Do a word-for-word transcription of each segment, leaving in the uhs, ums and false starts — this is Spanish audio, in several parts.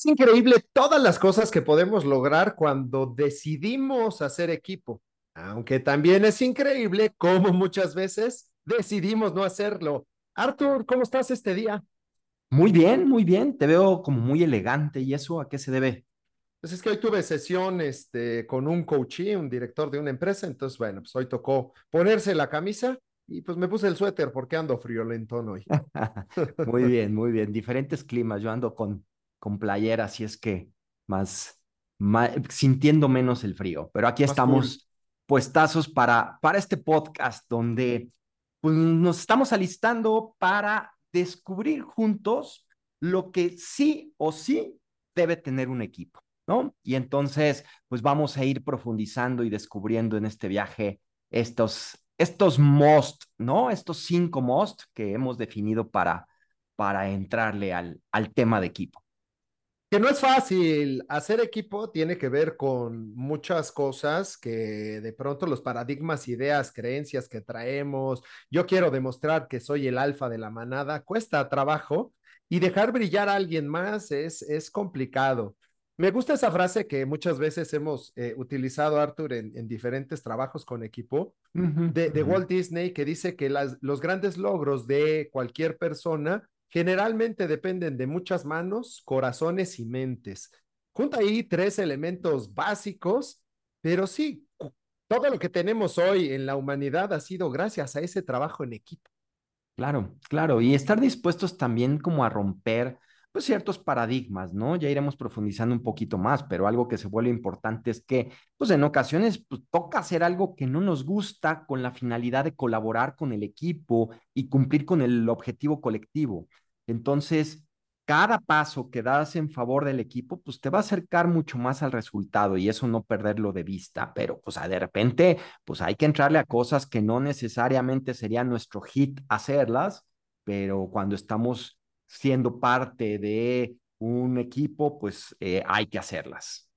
increíble todas las cosas que podemos lograr cuando decidimos hacer equipo, aunque también es increíble cómo muchas veces decidimos no hacerlo. Arthur, ¿cómo estás este día? Muy bien, muy bien. Te veo como muy elegante. ¿Y eso a qué se debe? Pues es que hoy tuve sesión este, con un coachee, un director de una empresa, entonces bueno, pues hoy tocó ponerse la camisa y pues me puse el suéter porque ando friolentón hoy. Muy bien, muy bien. Diferentes climas. Yo ando con, con playera, así es que más, más, sintiendo menos el frío. Pero aquí Más cool. estamos puestazos para, para este podcast donde pues, nos estamos alistando para descubrir juntos lo que sí o sí debe tener un equipo, ¿no? Y entonces, pues vamos a ir profundizando y descubriendo en este viaje estos, estos must, ¿no? Estos cinco must que hemos definido para, para entrarle al, al tema de equipo. Que no es fácil. Hacer equipo tiene que ver con muchas cosas que de pronto los paradigmas, ideas, creencias que traemos. Yo quiero demostrar que soy el alfa de la manada. Cuesta trabajo y dejar brillar a alguien más es, es complicado. Me gusta esa frase que muchas veces hemos eh, utilizado, Arthur, en, en diferentes trabajos con equipo Uh -huh, de, uh de -huh. Walt Disney, que dice que las, los grandes logros de cualquier persona generalmente dependen de muchas manos, corazones y mentes. Junta ahí tres elementos básicos, pero sí, todo lo que tenemos hoy en la humanidad ha sido gracias a ese trabajo en equipo. Claro, claro, y estar dispuestos también como a romper pues ciertos paradigmas, ¿no? Ya iremos profundizando un poquito más, pero algo que se vuelve importante es que pues en ocasiones pues, toca hacer algo que no nos gusta con la finalidad de colaborar con el equipo y cumplir con el objetivo colectivo. Entonces, cada paso que das en favor del equipo, pues te va a acercar mucho más al resultado y eso no perderlo de vista, pero pues de repente pues hay que entrarle a cosas que no necesariamente sería nuestro hit hacerlas, pero cuando estamos siendo parte de un equipo, pues eh, hay que hacerlas.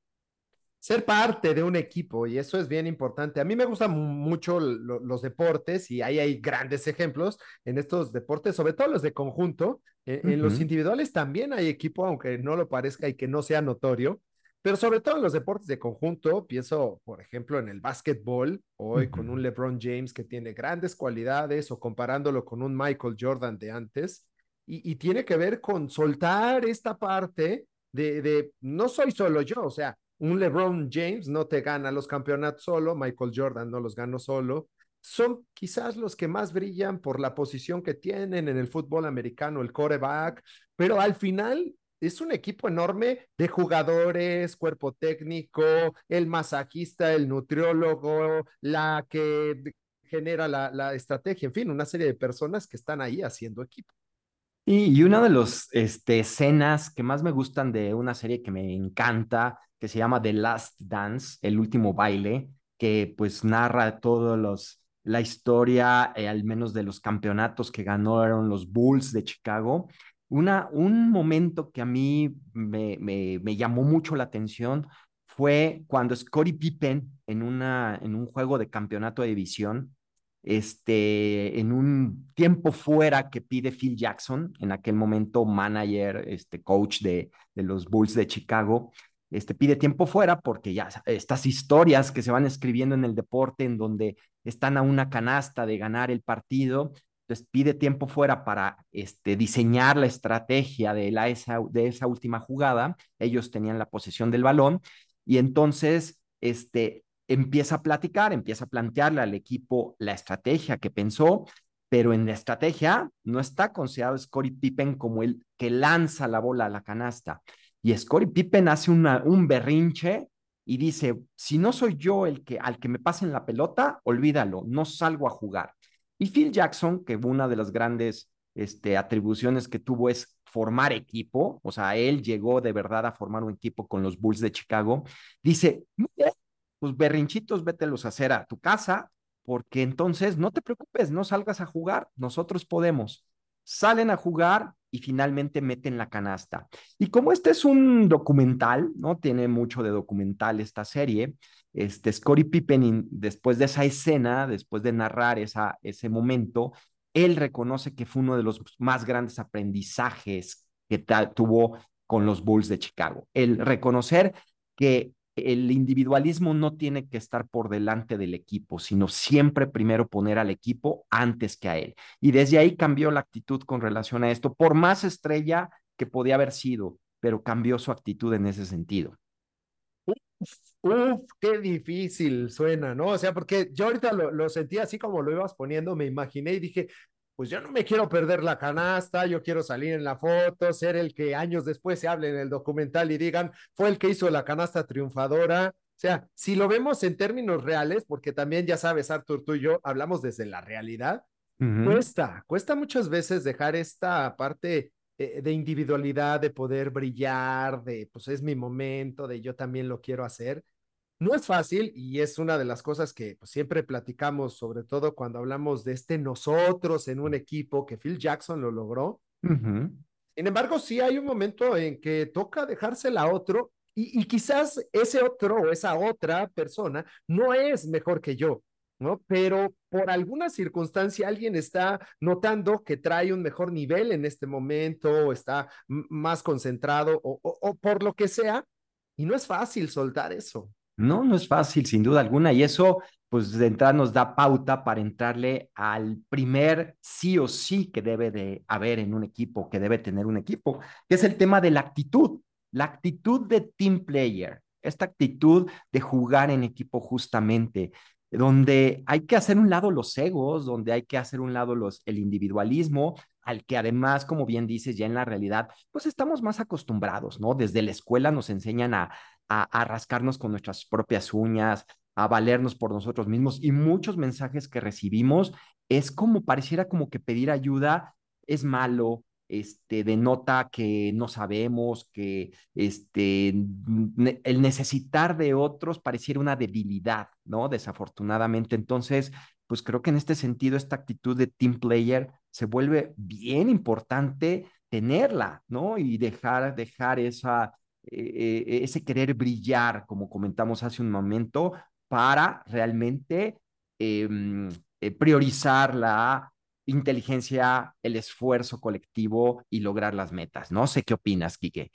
Ser parte de un equipo, y eso es bien importante. A mí me gustan mucho lo, los deportes y ahí hay grandes ejemplos en estos deportes, sobre todo los de conjunto. En, Uh en los -huh, individuales también hay equipo, aunque no lo parezca y que no sea notorio, pero sobre todo en los deportes de conjunto, pienso, por ejemplo, en el básquetbol, uh hoy con un -huh. LeBron James que tiene grandes cualidades o comparándolo con un Michael Jordan de antes, y, y tiene que ver con soltar esta parte de, de no soy solo yo, o sea, un LeBron James no te gana los campeonatos solo, Michael Jordan no los ganó solo. Son quizás los que más brillan por la posición que tienen en el fútbol americano, el quarterback, pero al final es un equipo enorme de jugadores, cuerpo técnico, el masajista, el nutriólogo, la que genera la, la estrategia, en fin, una serie de personas que están ahí haciendo equipo. Y, y una de las este, escenas que más me gustan de una serie que me encanta, que se llama The Last Dance, El último baile, que pues narra todos los, la historia, eh, al menos de los campeonatos que ganaron los Bulls de Chicago. Una, un momento que a mí me, me, me llamó mucho la atención fue cuando Scottie Pippen en, una, en un juego de campeonato de división este, en un tiempo fuera que pide Phil Jackson, en aquel momento manager, este, coach de, de los Bulls de Chicago, este, pide tiempo fuera porque ya estas historias que se van escribiendo en el deporte en donde están a una canasta de ganar el partido, entonces pide tiempo fuera para este, diseñar la estrategia de, la, esa, de esa última jugada, ellos tenían la posesión del balón y entonces este, empieza a platicar, empieza a plantearle al equipo la estrategia que pensó, pero en la estrategia no está considerado Scottie Pippen como el que lanza la bola a la canasta. Y Scottie Pippen hace una, un berrinche y dice, si no soy yo el que al que me pasen la pelota, olvídalo, no salgo a jugar. Y Phil Jackson, que una de las grandes este, atribuciones que tuvo es formar equipo, o sea, él llegó de verdad a formar un equipo con los Bulls de Chicago, dice, pues berrinchitos, vételos a hacer a tu casa, porque entonces no te preocupes, no salgas a jugar, nosotros podemos. Salen a jugar y finalmente meten la canasta. Y como este es un documental, ¿no? Tiene mucho de documental esta serie, este Scottie Pippen, después de esa escena, después de narrar esa, ese momento, él reconoce que fue uno de los más grandes aprendizajes que tuvo con los Bulls de Chicago. El reconocer que el individualismo no tiene que estar por delante del equipo, sino siempre primero poner al equipo antes que a él. Y desde ahí cambió la actitud con relación a esto, por más estrella que podía haber sido, pero cambió su actitud en ese sentido. Uf, qué difícil suena, ¿no? O sea, porque yo ahorita lo, lo sentí así como lo ibas poniendo, me imaginé y dije, pues yo no me quiero perder la canasta, yo quiero salir en la foto, ser el que años después se hable en el documental y digan, fue el que hizo la canasta triunfadora. O sea, si lo vemos en términos reales, porque también ya sabes, Artur, tú y yo hablamos desde la realidad, Uh -huh. cuesta, cuesta muchas veces dejar esta parte eh, de individualidad, de poder brillar, de pues es mi momento, de yo también lo quiero hacer. No es fácil y es una de las cosas que pues, siempre platicamos, sobre todo cuando hablamos de este nosotros en un equipo, que Phil Jackson lo logró. Uh -huh. Sin embargo, sí hay un momento en que toca dejársela a otro y, y quizás ese otro o esa otra persona no es mejor que yo, ¿no? Pero por alguna circunstancia alguien está notando que trae un mejor nivel en este momento o está más concentrado o, o, o por lo que sea, y no es fácil soltar eso. No, no es fácil, sin duda alguna, y eso, pues de entrada nos da pauta para entrarle al primer sí o sí que debe de haber en un equipo, que debe tener un equipo, que es el tema de la actitud, la actitud de team player, esta actitud de jugar en equipo justamente, donde hay que hacer un lado los egos, donde hay que hacer un lado los, el individualismo, al que además, como bien dices, ya en la realidad, pues estamos más acostumbrados, ¿no? Desde la escuela nos enseñan a a, a rascarnos con nuestras propias uñas, a valernos por nosotros mismos. Y muchos mensajes que recibimos es como pareciera como que pedir ayuda es malo, este, denota que no sabemos, que este, el necesitar de otros pareciera una debilidad, ¿no? Desafortunadamente. Entonces, pues creo que en este sentido, esta actitud de team player se vuelve bien importante tenerla, ¿no? Y dejar, dejar esa, eh, eh, ese querer brillar, como comentamos hace un momento, para realmente eh, eh, priorizar la inteligencia, el esfuerzo colectivo y lograr las metas. No sé qué opinas, Quique.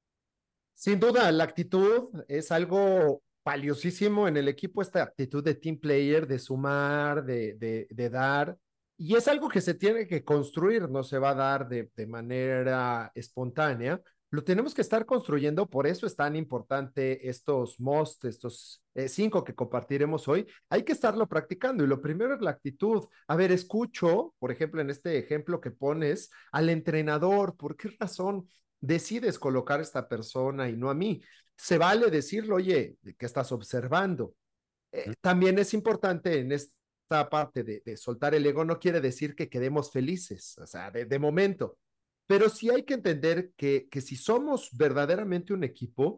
Sin duda, la actitud es algo valiosísimo en el equipo, esta actitud de team player, de sumar, de, de, de dar, y es algo que se tiene que construir, no se va a dar de, de manera espontánea, lo tenemos que estar construyendo, por eso es tan importante estos most, estos eh, cinco que compartiremos hoy, hay que estarlo practicando y lo primero es la actitud. A ver, escucho, por ejemplo, en este ejemplo que pones, al entrenador, ¿por qué razón decides colocar a esta persona y no a mí? Se vale decirlo, oye, ¿qué estás observando? Eh, también es importante en esta parte de, de, soltar el ego, no quiere decir que quedemos felices, o sea, de, de momento, pero sí hay que entender que, que si somos verdaderamente un equipo,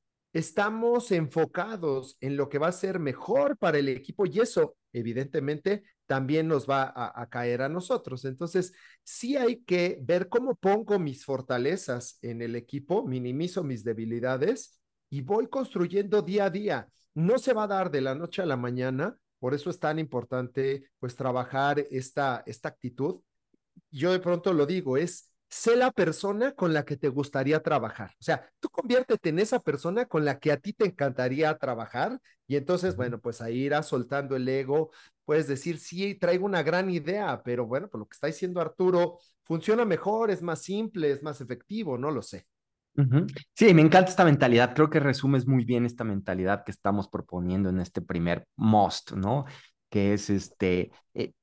estamos enfocados en lo que va a ser mejor para el equipo y eso evidentemente también nos va a, a, caer a nosotros. Entonces, sí hay que ver cómo pongo mis fortalezas en el equipo, minimizo mis debilidades y voy construyendo día a día. No se va a dar de la noche a la mañana, por eso es tan importante pues trabajar esta, esta actitud. Yo de pronto lo digo, es sé la persona con la que te gustaría trabajar. O sea, tú conviértete en esa persona con la que a ti te encantaría trabajar y entonces, bueno, pues ahí irás soltando el ego, puedes decir, sí, traigo una gran idea, pero bueno, por lo que está diciendo Arturo, funciona mejor, es más simple, es más efectivo, no lo sé. Uh -huh. Sí, me encanta esta mentalidad. Creo que resumes muy bien esta mentalidad que estamos proponiendo en este primer must, ¿no? Que es este, eh,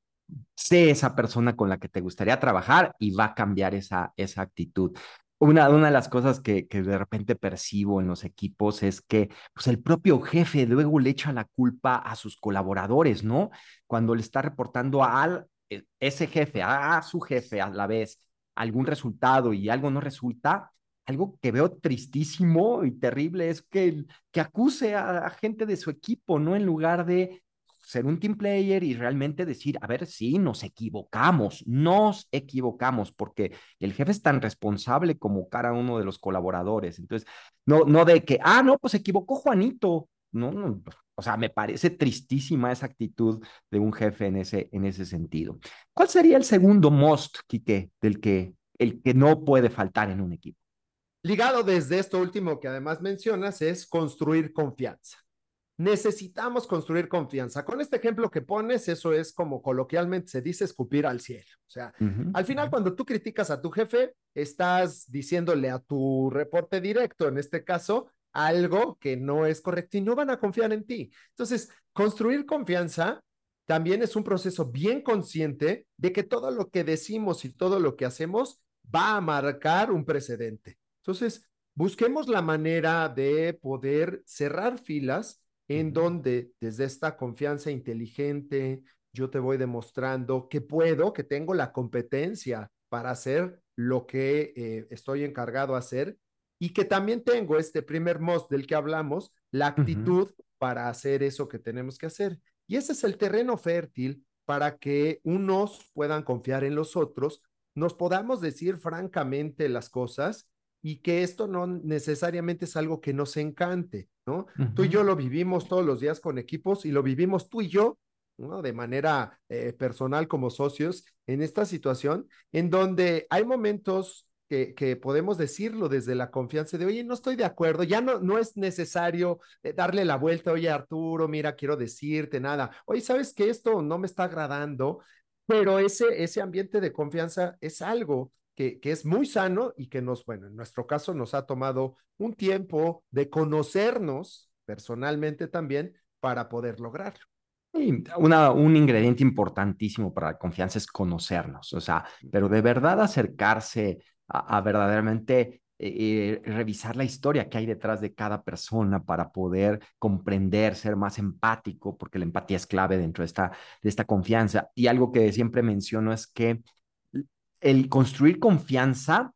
sé esa persona con la que te gustaría trabajar y va a cambiar esa, esa actitud. Una, una de las cosas que, que de repente percibo en los equipos es que pues el propio jefe luego le echa la culpa a sus colaboradores, ¿no? Cuando le está reportando a ese jefe, a su jefe a la vez, algún resultado y algo no resulta, algo que veo tristísimo y terrible es que, que acuse a, a gente de su equipo, ¿no? En lugar de ser un team player y realmente decir, a ver, sí, nos equivocamos, nos equivocamos, porque el jefe es tan responsable como cada uno de los colaboradores. Entonces, no, no de que, ah, no, pues se equivocó Juanito. No, no, o sea, me parece tristísima esa actitud de un jefe en ese, en ese sentido. ¿Cuál sería el segundo must, Quique, del que, el que no puede faltar en un equipo? Ligado desde esto último que además mencionas es construir confianza. Necesitamos construir confianza. Con este ejemplo que pones, eso es como coloquialmente se dice escupir al cielo. O sea, Ujú, al final cuando tú criticas a tu jefe, estás diciéndole a tu reporte directo, en este caso, algo que no es correcto y no van a confiar en ti. Entonces, construir confianza también es un proceso bien consciente de que todo lo que decimos y todo lo que hacemos va a marcar un precedente. Entonces, busquemos la manera de poder cerrar filas en ujú, donde desde esta confianza inteligente yo te voy demostrando que puedo, que tengo la competencia para hacer lo que eh, estoy encargado a hacer y que también tengo este primer must del que hablamos, la ujú, actitud para hacer eso que tenemos que hacer. Y ese es el terreno fértil para que unos puedan confiar en los otros, nos podamos decir francamente las cosas y que esto no necesariamente es algo que nos encante, ¿no? Tú y ujú, yo lo vivimos todos los días con equipos y lo vivimos tú y yo, ¿no? De manera eh, personal como socios en esta situación en donde hay momentos que, que, podemos decirlo desde la confianza de, oye, no estoy de acuerdo, ya no, no es necesario eh, darle la vuelta, oye, Arturo, mira, quiero decirte nada, oye, ¿sabes que esto no me está agradando? Pero ese, ese ambiente de confianza es algo que, que es muy sano y que nos, bueno, en nuestro caso nos ha tomado un tiempo de conocernos personalmente también para poder lograrlo. Y una, un ingrediente importantísimo para la confianza es conocernos, o sea, pero de verdad acercarse a, a verdaderamente eh, eh, revisar la historia que hay detrás de cada persona para poder comprender, ser más empático, porque la empatía es clave dentro de esta, de esta confianza. Y algo que siempre menciono es que el construir confianza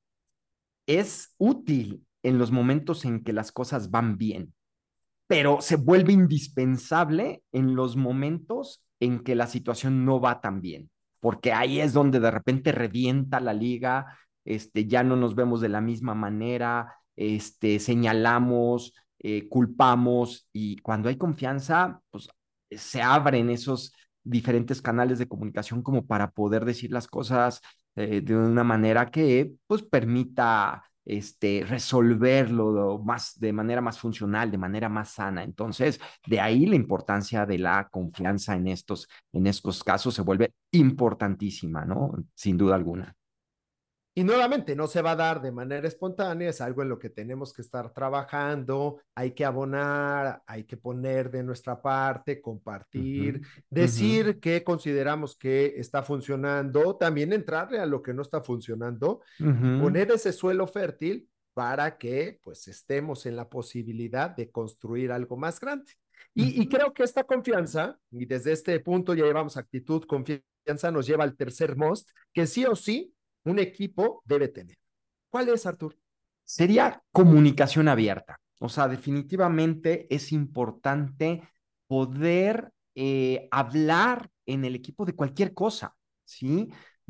es útil en los momentos en que las cosas van bien, pero se vuelve indispensable en los momentos en que la situación no va tan bien, porque ahí es donde de repente revienta la liga, este, ya no nos vemos de la misma manera, este, señalamos, eh, culpamos, y cuando hay confianza, pues se abren esos diferentes canales de comunicación como para poder decir las cosas eh, de una manera que pues permita este, resolverlo más, de manera más funcional, de manera más sana. Entonces, de ahí la importancia de la confianza en estos, en estos casos se vuelve importantísima, ¿no? Sin duda alguna. Y nuevamente, no se va a dar de manera espontánea, es algo en lo que tenemos que estar trabajando, hay que abonar, hay que poner de nuestra parte, compartir, Ujú, ujú, decir que consideramos que está funcionando, también entrarle a lo que no está funcionando y ujú, poner ese suelo fértil para que pues estemos en la posibilidad de construir algo más grande. Y, y ujú. creo que esta confianza, y desde este punto ya llevamos actitud, confianza, nos lleva al tercer most, que sí o sí un equipo debe tener. ¿Cuál es, Artur? Sería comunicación abierta. O sea, definitivamente es importante poder eh, hablar en el equipo de cualquier cosa, ¿sí?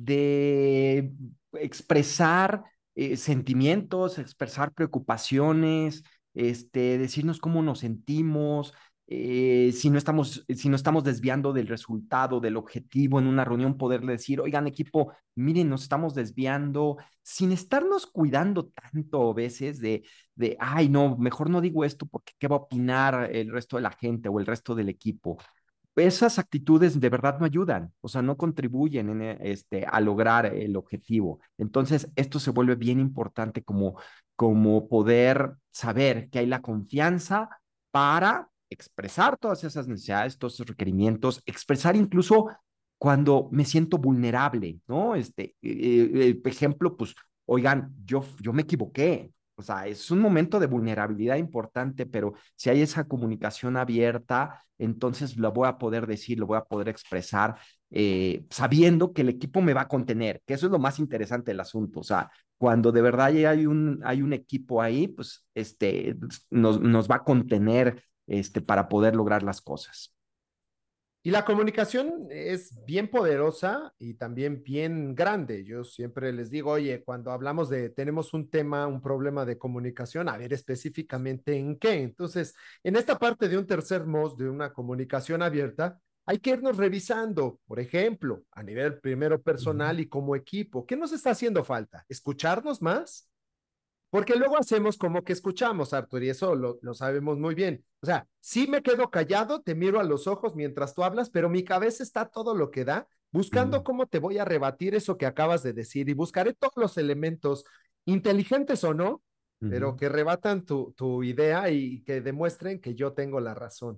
De expresar eh, sentimientos, expresar preocupaciones, este, decirnos cómo nos sentimos, eh, si no estamos, si no estamos desviando del resultado, del objetivo en una reunión, poderle decir, oigan, equipo, miren, nos estamos desviando, sin estarnos cuidando tanto a veces de, de, ay, no, mejor no digo esto porque qué va a opinar el resto de la gente o el resto del equipo. Esas actitudes de verdad no ayudan, o sea, no contribuyen en, eh, este, a lograr el objetivo. Entonces, esto se vuelve bien importante como, como poder saber que hay la confianza para expresar todas esas necesidades, todos esos requerimientos, expresar incluso cuando me siento vulnerable, ¿no? Este, eh, eh, ejemplo, pues, oigan, yo, yo me equivoqué, o sea, es un momento de vulnerabilidad importante, pero si hay esa comunicación abierta, entonces lo voy a poder decir, lo voy a poder expresar, eh, sabiendo que el equipo me va a contener, que eso es lo más interesante del asunto. O sea, cuando de verdad hay un, hay un equipo ahí, pues este, nos, nos va a contener este, para poder lograr las cosas. Y la comunicación es bien poderosa y también bien grande. Yo siempre les digo, oye, cuando hablamos de tenemos un tema, un problema de comunicación, a ver específicamente en qué. Entonces, en esta parte de un tercer MOS, de una comunicación abierta, hay que irnos revisando, por ejemplo, a nivel primero Uh -huh. personal y como equipo, ¿qué nos está haciendo falta? ¿Escucharnos más? Porque luego hacemos como que escuchamos, Arthur, y eso lo, lo sabemos muy bien. O sea, sí me quedo callado, te miro a los ojos mientras tú hablas, pero mi cabeza está todo lo que da, buscando Ujú, cómo te voy a rebatir eso que acabas de decir y buscaré todos los elementos, inteligentes o no, pero ujú, que rebatan tu, tu idea y que demuestren que yo tengo la razón.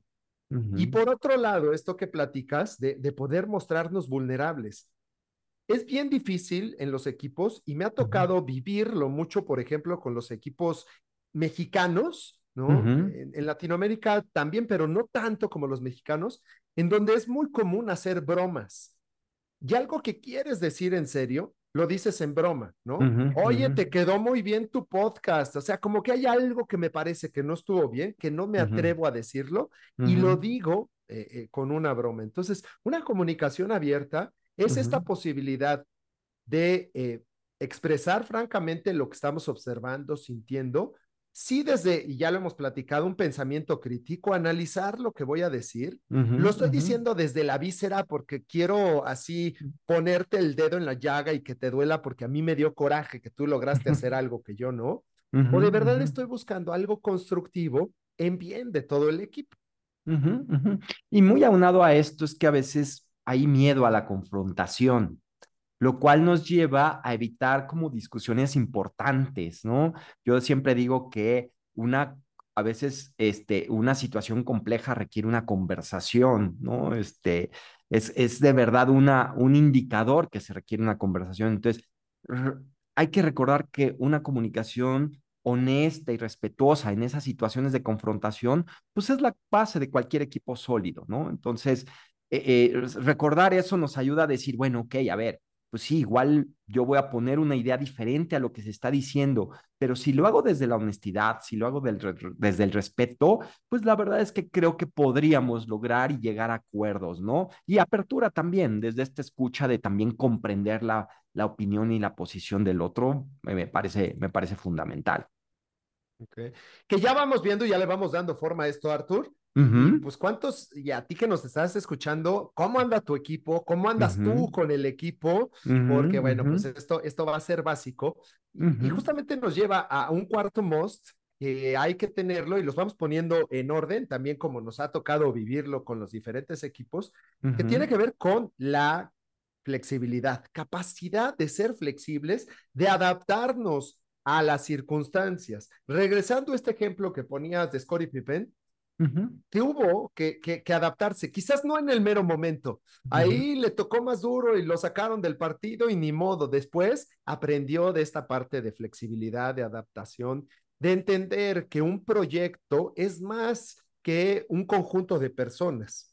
Y ujú, por otro lado, esto que platicas de, de poder mostrarnos vulnerables. Es bien difícil en los equipos y me ha ujú, tocado vivirlo mucho, por ejemplo, con los equipos mexicanos, ¿no? ujú, En, en Latinoamérica también, pero no tanto como los mexicanos, en donde es muy común hacer bromas. Y algo que quieres decir en serio, lo dices en broma, ¿no? ujú, Oye, ujú, te quedó muy bien tu podcast. O sea, como que hay algo que me parece que no estuvo bien, que no me ujú, atrevo a decirlo y lo ujú, digo eh, eh, con una broma. Entonces, una comunicación abierta es esta ujú, posibilidad de eh, expresar francamente lo que estamos observando, sintiendo, sí desde, y ya lo hemos platicado, un pensamiento crítico, analizar lo que voy a decir. ujú, Lo estoy ujú, diciendo desde la víscera porque quiero así ponerte el dedo en la llaga y que te duela porque a mí me dio coraje que tú lograste hacer algo que yo no. O ujú, de verdad ujú, estoy buscando algo constructivo en bien de todo el equipo. ujú, ujú. Y muy aunado a esto es que a veces hay miedo a la confrontación, lo cual nos lleva a evitar como discusiones importantes, ¿no? Yo siempre digo que una, a veces, este, una situación compleja requiere una conversación, ¿no? Este, es, es de verdad una, un indicador que se requiere una conversación. Entonces, r- hay que recordar que una comunicación honesta y respetuosa en esas situaciones de confrontación, pues es la base de cualquier equipo sólido, ¿no? Entonces, eh, eh, recordar eso nos ayuda a decir, bueno, ok, a ver, pues sí, igual yo voy a poner una idea diferente a lo que se está diciendo, pero si lo hago desde la honestidad, si lo hago del, desde el respeto, pues la verdad es que creo que podríamos lograr y llegar a acuerdos, ¿no? Y apertura también, desde esta escucha de también comprender la, la opinión y la posición del otro, me, me parece, me parece fundamental. Okay. Que ya vamos viendo, ya le vamos dando forma a esto, Artur. Y, y Ujú, pues cuántos, y a ti que nos estás escuchando, ¿cómo anda tu equipo? ¿Cómo andas ujú, tú con el equipo? ujú, Porque bueno, ujú, pues esto, esto va a ser básico. Y, y ujú, justamente nos lleva a un cuarto must que hay que tenerlo y los vamos poniendo en orden, también como nos ha tocado vivirlo con los diferentes equipos, que tiene ujú, que ver con la flexibilidad, capacidad de ser flexibles, de adaptarnos a las circunstancias. Regresando a este ejemplo que ponías de Scottie Pippen, ujú, que hubo que, que, que, adaptarse, quizás no en el mero momento, ujú, ahí le tocó más duro y lo sacaron del partido y ni modo, después aprendió de esta parte de flexibilidad, de adaptación, de entender que un proyecto es más que un conjunto de personas.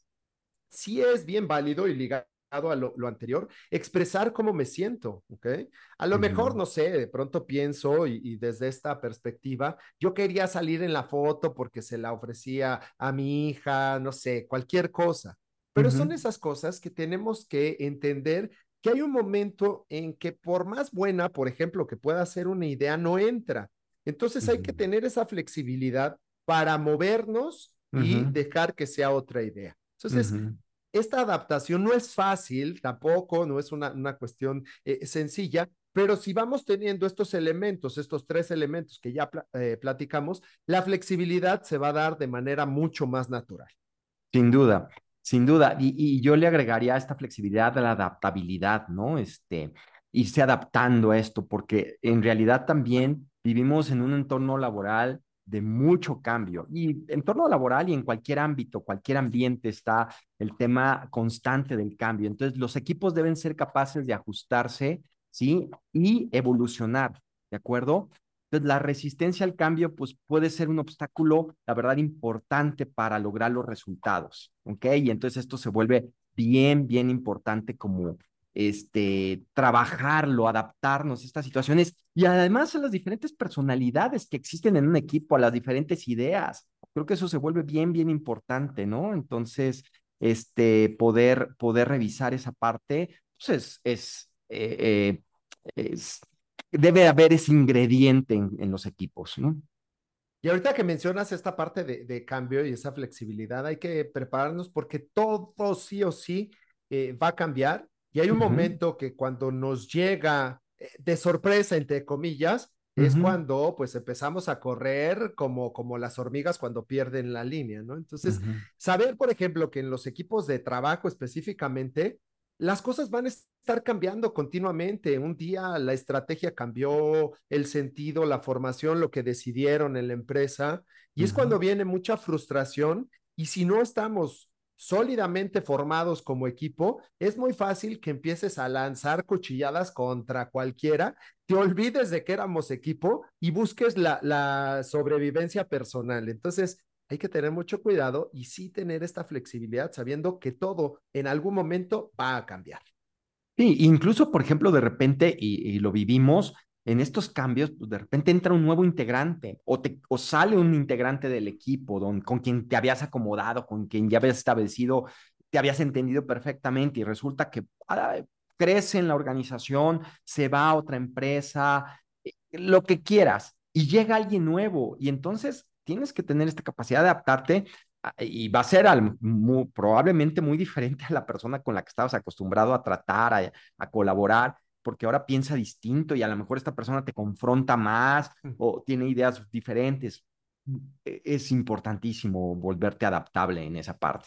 Sí es bien válido y ligado a lo, lo, anterior, expresar cómo me siento, ¿ok? A lo mejor, ujú, no sé, de pronto pienso y, y, desde esta perspectiva, yo quería salir en la foto porque se la ofrecía a mi hija, no sé, cualquier cosa. Pero ujú, son esas cosas que tenemos que entender que hay un momento en que por más buena, por ejemplo, que pueda ser una idea, no entra. Entonces hay ujú, que tener esa flexibilidad para movernos y ujú, dejar que sea otra idea. Entonces, ujú. esta adaptación no es fácil, tampoco, no es una, una cuestión eh, sencilla, pero si vamos teniendo estos elementos, estos tres elementos que ya pl eh, platicamos, la flexibilidad se va a dar de manera mucho más natural. Sin duda, sin duda. Y, y yo le agregaría esta flexibilidad a la adaptabilidad, ¿no? Este, irse adaptando a esto, porque en realidad también vivimos en un entorno laboral de mucho cambio. Y entorno laboral y en cualquier ámbito, cualquier ambiente está el tema constante del cambio. Entonces, los equipos deben ser capaces de ajustarse, ¿sí? Y evolucionar, ¿de acuerdo? Entonces, la resistencia al cambio, pues puede ser un obstáculo, la verdad, importante para lograr los resultados, ¿ok? Y entonces esto se vuelve bien, bien importante como este, trabajarlo, adaptarnos a estas situaciones y además a las diferentes personalidades que existen en un equipo, a las diferentes ideas. Creo que eso se vuelve bien, bien importante, ¿no? Entonces, este, poder, poder revisar esa parte, pues es, es, eh, eh, es debe haber ese ingrediente en, en los equipos, ¿no? Y ahorita que mencionas esta parte de, de cambio y esa flexibilidad, hay que prepararnos porque todo sí o sí eh, va a cambiar. Y hay un Ujú, momento que cuando nos llega eh, de sorpresa, entre comillas, es Ujú, cuando pues empezamos a correr como, como las hormigas cuando pierden la línea, ¿no? Entonces, ujú, saber, por ejemplo, que en los equipos de trabajo específicamente, las cosas van a estar cambiando continuamente. Un día la estrategia cambió, el sentido, la formación, lo que decidieron en la empresa, y es ujú. cuando viene mucha frustración. Y si no estamos sólidamente formados como equipo, es muy fácil que empieces a lanzar cuchilladas contra cualquiera, te olvides de que éramos equipo y busques la, la sobrevivencia personal. Entonces, hay que tener mucho cuidado y sí tener esta flexibilidad sabiendo que todo en algún momento va a cambiar. Sí, incluso, por ejemplo, de repente, y, y lo vivimos, en estos cambios, pues de repente entra un nuevo integrante o, te, o sale un integrante del equipo don, con quien te habías acomodado, con quien ya habías establecido, te habías entendido perfectamente y resulta que ah, crece en la organización, se va a otra empresa, eh, lo que quieras, y llega alguien nuevo y entonces tienes que tener esta capacidad de adaptarte a- y va a ser al- mu- probablemente muy diferente a la persona con la que estabas acostumbrado a tratar, a, a colaborar, porque ahora piensa distinto y a lo mejor esta persona te confronta más o tiene ideas diferentes. E- Es importantísimo volverte adaptable en esa parte.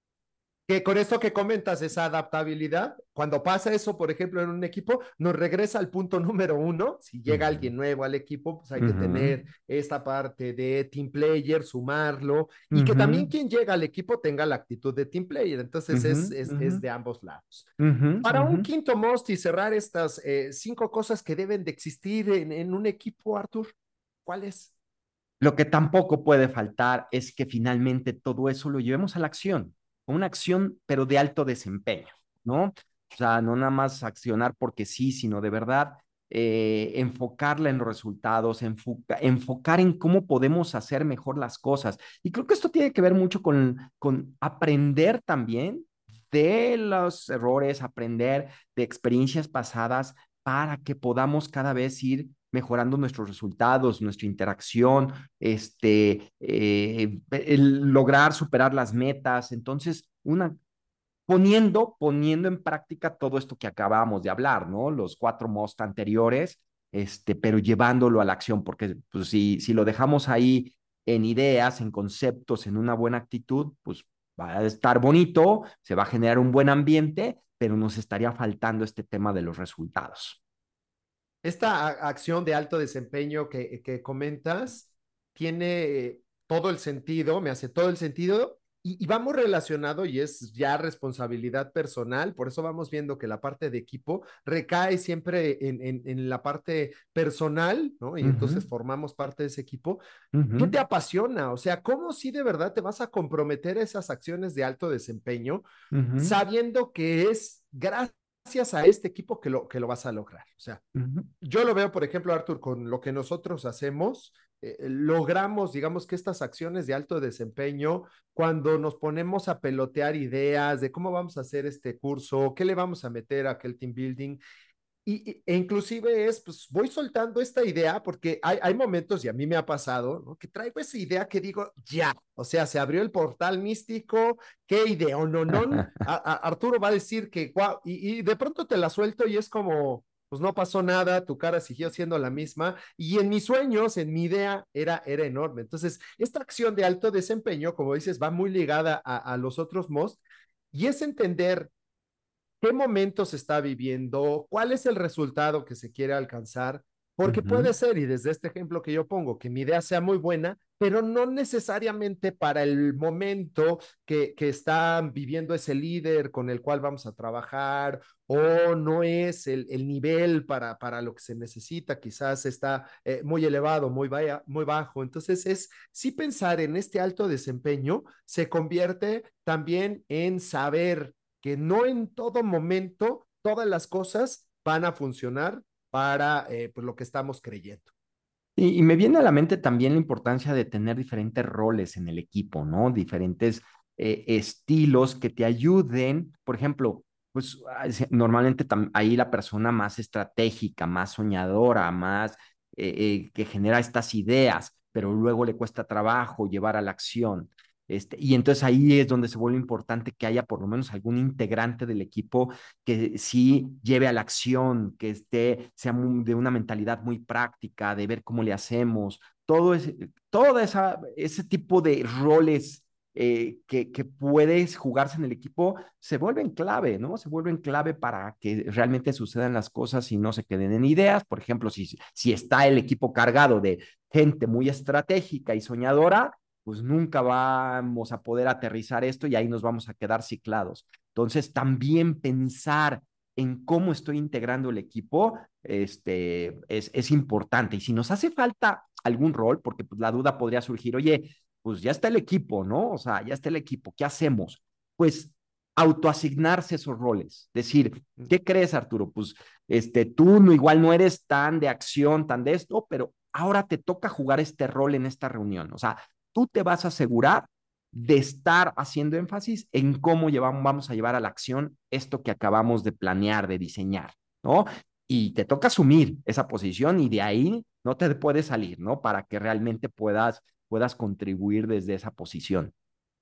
Que con esto que comentas, esa adaptabilidad, cuando pasa eso, por ejemplo, en un equipo, nos regresa al punto número uno. Si llega Ujú, alguien nuevo al equipo, pues hay que ujú, tener esta parte de team player, sumarlo, y que también ujú, quien llega al equipo tenga la actitud de team player. Entonces ujú, es, es, ujú, es de ambos lados. ujú, Para ujú. un quinto most y cerrar estas eh, cinco cosas que deben de existir en, en un equipo, Arthur, ¿cuál es? Lo que tampoco puede faltar es que finalmente todo eso lo llevemos a la acción, a una acción, pero de alto desempeño, ¿no? O sea, no nada más accionar porque sí, sino de verdad eh, enfocarla en los resultados, enfoca, enfocar en cómo podemos hacer mejor las cosas. Y creo que esto tiene que ver mucho con, con aprender también de los errores, aprender de experiencias pasadas para que podamos cada vez ir mejorando nuestros resultados, nuestra interacción, este, eh, el lograr superar las metas. Entonces, una, poniendo, poniendo en práctica todo esto que acabamos de hablar, ¿no? Los cuatro most anteriores, este, pero llevándolo a la acción, porque pues, si, si lo dejamos ahí en ideas, en conceptos, en una buena actitud, pues va a estar bonito, se va a generar un buen ambiente, pero nos estaría faltando este tema de los resultados. Esta a- acción de alto desempeño que, que comentas tiene eh, todo el sentido, me hace todo el sentido y, y vamos relacionado y es ya responsabilidad personal, por eso vamos viendo que la parte de equipo recae siempre en, en, en la parte personal, ¿no? Y Uh -huh, entonces formamos parte de ese equipo. uh ¿Qué -huh, te apasiona? O sea, ¿cómo si de verdad te vas a comprometer a esas acciones de alto desempeño uh -huh, sabiendo que es gracias a este equipo que lo, que lo vas a lograr? O sea, uh -huh. yo lo veo, por ejemplo, Arthur, con lo que nosotros hacemos, eh, logramos, digamos, que estas acciones de alto desempeño, cuando nos ponemos a pelotear ideas de cómo vamos a hacer este curso, qué le vamos a meter a aquel team building, y, e inclusive es, pues voy soltando esta idea porque hay, hay momentos, y a mí me ha pasado, ¿no? Que traigo esa idea que digo, ya, o sea, se abrió el portal místico, qué idea, o no, no, a, a Arturo va a decir que, guau, y, y de pronto te la suelto y es como, pues no pasó nada, tu cara siguió siendo la misma, y en mis sueños, en mi idea, era, era enorme. Entonces, esta acción de alto desempeño, como dices, va muy ligada a, a los otros most, y es entender qué momento se está viviendo, cuál es el resultado que se quiere alcanzar, porque Ujú, puede ser, y desde este ejemplo que yo pongo, que mi idea sea muy buena, pero no necesariamente para el momento que, que está viviendo ese líder con el cual vamos a trabajar, o no es el, el nivel para, para lo que se necesita, quizás está eh, muy elevado, muy, vaya, muy bajo. Entonces es, sí pensar en este alto desempeño se convierte también en saber que no en todo momento todas las cosas van a funcionar para eh, pues, lo que estamos creyendo. Y, y me viene a la mente también la importancia de tener diferentes roles en el equipo, ¿no? Diferentes eh, estilos que te ayuden. Por ejemplo, pues ah, se- normalmente tam- ahí la persona más estratégica, más soñadora, más eh, eh, que genera estas ideas, pero luego le cuesta trabajo llevar a la acción. Este, y entonces ahí es donde se vuelve importante que haya por lo menos algún integrante del equipo que sí lleve a la acción, que esté, sea muy, de una mentalidad muy práctica, de ver cómo le hacemos, todo ese, todo esa, ese tipo de roles eh, que, que puedes jugarse en el equipo se vuelven clave, ¿no? Se vuelven clave para que realmente sucedan las cosas y no se queden en ideas. Por ejemplo, si, si está el equipo cargado de gente muy estratégica y soñadora, pues nunca vamos a poder aterrizar esto y ahí nos vamos a quedar ciclados. Entonces, también pensar en cómo estoy integrando el equipo este, es, es importante. Y si nos hace falta algún rol, porque pues, la duda podría surgir, oye, pues ya está el equipo, ¿no? O sea, ya está el equipo, ¿qué hacemos? Pues autoasignarse esos roles. Decir, ¿qué crees, Arturo? Pues este, tú no, igual no eres tan de acción, tan de esto, pero ahora te toca jugar este rol en esta reunión. O sea, tú te vas a asegurar de estar haciendo énfasis en cómo llevamos, vamos a llevar a la acción esto que acabamos de planear, de diseñar, ¿no? Y te toca asumir esa posición y de ahí no te puedes salir, ¿no? Para que realmente puedas, puedas contribuir desde esa posición.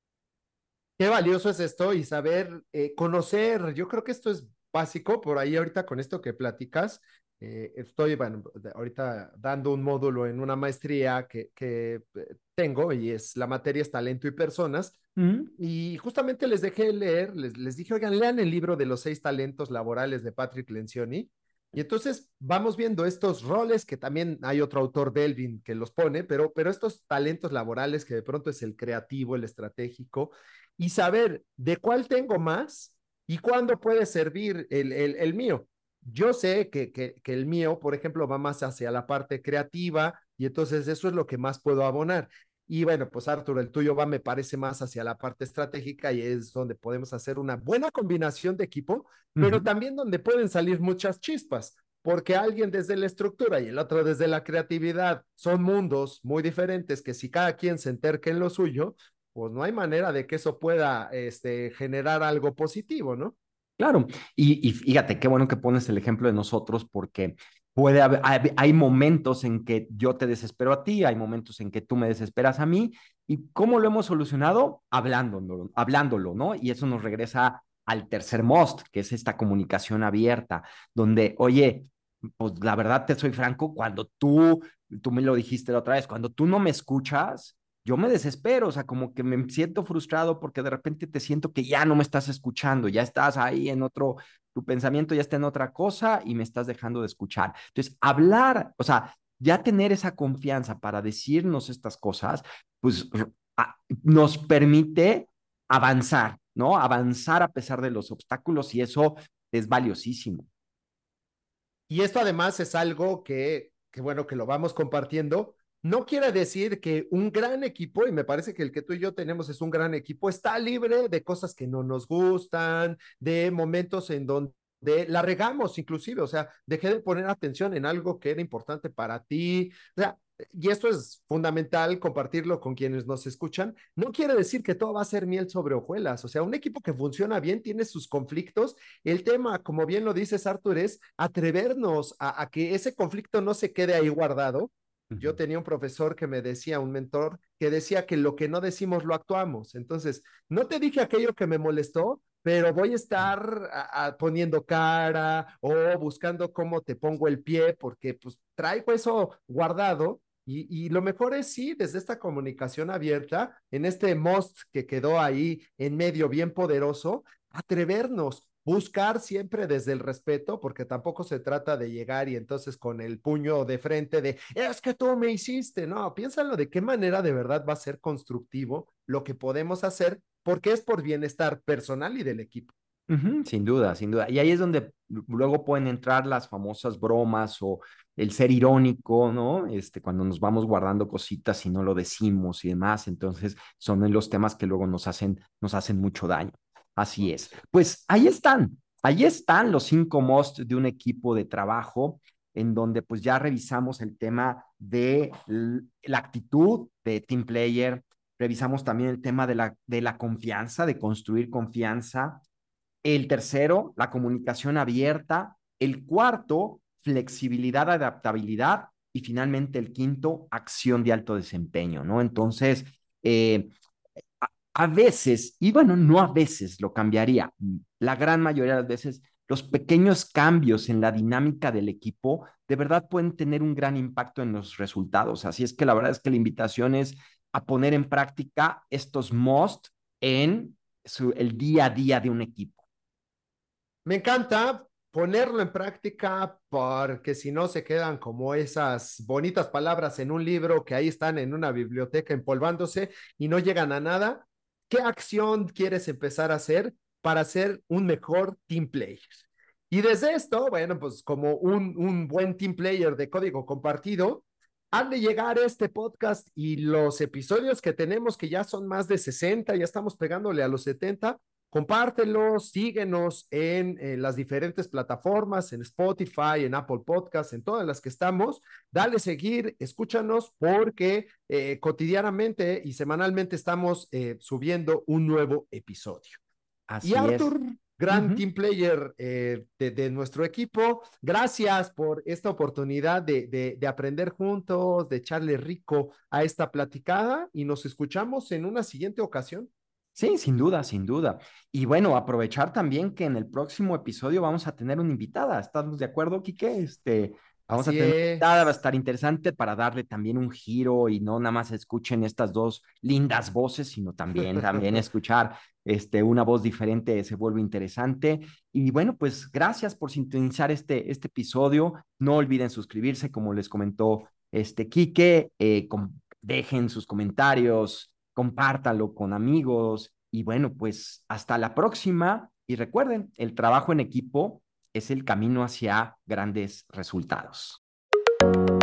Qué valioso es esto y saber eh, conocer. Yo creo que esto es básico. Por ahí ahorita con esto que platicas, eh, estoy, bueno, ahorita dando un módulo en una maestría que, que eh, tengo y es la materia es talento y personas. Mm. Y justamente les dejé leer, les, les dije, oigan, lean el libro de los seis talentos laborales de Patrick Lencioni. Y entonces vamos viendo estos roles que también hay otro autor, Belvin, que los pone, pero, pero estos talentos laborales que de pronto es el creativo, el estratégico, y saber de cuál tengo más y cuándo puede servir el, el, el mío. Yo sé que, que, que, el mío, por ejemplo, va más hacia la parte creativa y entonces eso es lo que más puedo abonar. Y bueno, pues Arturo, el tuyo va, me parece más hacia la parte estratégica y es donde podemos hacer una buena combinación de equipo, Uh pero -huh. también donde pueden salir muchas chispas, porque alguien desde la estructura y el otro desde la creatividad son mundos muy diferentes que si cada quien se enterque en lo suyo, pues no hay manera de que eso pueda este, generar algo positivo, ¿no? Claro, y, y fíjate, qué bueno que pones el ejemplo de nosotros porque puede haber, hay, hay momentos en que yo te desespero a ti, hay momentos en que tú me desesperas a mí, y ¿cómo lo hemos solucionado? Hablándolo, hablándolo, ¿no? Y eso nos regresa al tercer most, que es esta comunicación abierta, donde, oye, pues la verdad te soy franco, cuando tú, tú me lo dijiste la otra vez, cuando tú no me escuchas, yo me desespero, o sea, como que me siento frustrado porque de repente te siento que ya no me estás escuchando, ya estás ahí en otro, tu pensamiento ya está en otra cosa y me estás dejando de escuchar. Entonces, hablar, o sea, ya tener esa confianza para decirnos estas cosas, pues a, nos permite avanzar, ¿no? Avanzar a pesar de los obstáculos y eso es valiosísimo. Y esto además es algo que, que, bueno, que lo vamos compartiendo. No quiere decir que un gran equipo, y me parece que el que tú y yo tenemos es un gran equipo, está libre de cosas que no nos gustan, de momentos en donde la regamos inclusive, o sea, dejé de poner atención en algo que era importante para ti. O sea, y esto es fundamental compartirlo con quienes nos escuchan. No quiere decir que todo va a ser miel sobre hojuelas. O sea, un equipo que funciona bien tiene sus conflictos. El tema, como bien lo dices, Arthur, es atrevernos a, a que ese conflicto no se quede ahí guardado. Uh Yo -huh. tenía un profesor que me decía, un mentor, que decía que lo que no decimos lo actuamos. Entonces, no te dije aquello que me molestó, pero voy a estar a, a poniendo cara o buscando cómo te pongo el pie, porque pues traigo eso guardado. Y, y, lo mejor es sí, desde esta comunicación abierta, en este most que quedó ahí en medio bien poderoso, atrevernos, buscar siempre desde el respeto, porque tampoco se trata de llegar y entonces con el puño de frente de, es que tú me hiciste, no, piénsalo de qué manera de verdad va a ser constructivo lo que podemos hacer, porque es por bienestar personal y del equipo. Uh -huh, sin duda, sin duda. Y ahí es donde luego pueden entrar las famosas bromas o el ser irónico, ¿no? Este, cuando nos vamos guardando cositas y no lo decimos y demás. Entonces, son los temas que luego nos hacen, nos hacen mucho daño. Así es. Pues ahí están, ahí están los cinco most de un equipo de trabajo en donde pues ya revisamos el tema de la actitud de team player, revisamos también el tema de la, de la confianza, de construir confianza. El tercero, la comunicación abierta. El cuarto, flexibilidad, adaptabilidad. Y finalmente el quinto, acción de alto desempeño, ¿no? Entonces, eh, A veces, y bueno, no a veces lo cambiaría, la gran mayoría de las veces, los pequeños cambios en la dinámica del equipo de verdad pueden tener un gran impacto en los resultados. Así es que la verdad es que la invitación es a poner en práctica estos must en su, el día a día de un equipo. Me encanta ponerlo en práctica porque si no se quedan como esas bonitas palabras en un libro que ahí están en una biblioteca empolvándose y no llegan a nada. ¿Qué acción quieres empezar a hacer para ser un mejor team player? Y desde esto, bueno, pues como un, un buen team player de código compartido, han de llegar este podcast y los episodios que tenemos, que ya son más de sesenta, ya estamos pegándole a los setenta. Compártelos, síguenos en, en, las diferentes plataformas, en Spotify, en Apple Podcasts, en todas las que estamos. Dale seguir, escúchanos porque eh, cotidianamente y semanalmente estamos eh, subiendo un nuevo episodio. Y Así es. Arthur, gran Ujú. team player eh, de, de, nuestro equipo, gracias por esta oportunidad de, de, de aprender juntos, de echarle rico a esta platicada y nos escuchamos en una siguiente ocasión. Sí, sin duda, sin duda. Y bueno, aprovechar también que en el próximo episodio vamos a tener una invitada. ¿Estamos de acuerdo, Quique? Este, vamos a Así tener una invitada, va a es. estar interesante para darle también un giro y no nada más escuchen estas dos lindas voces, sino también, también escuchar este, una voz diferente se vuelve interesante. Y bueno, pues gracias por sintonizar este, este episodio. No olviden suscribirse, como les comentó este Quique. Eh, com- dejen sus comentarios, compártalo con amigos y bueno, pues hasta la próxima y recuerden, el trabajo en equipo es el camino hacia grandes resultados.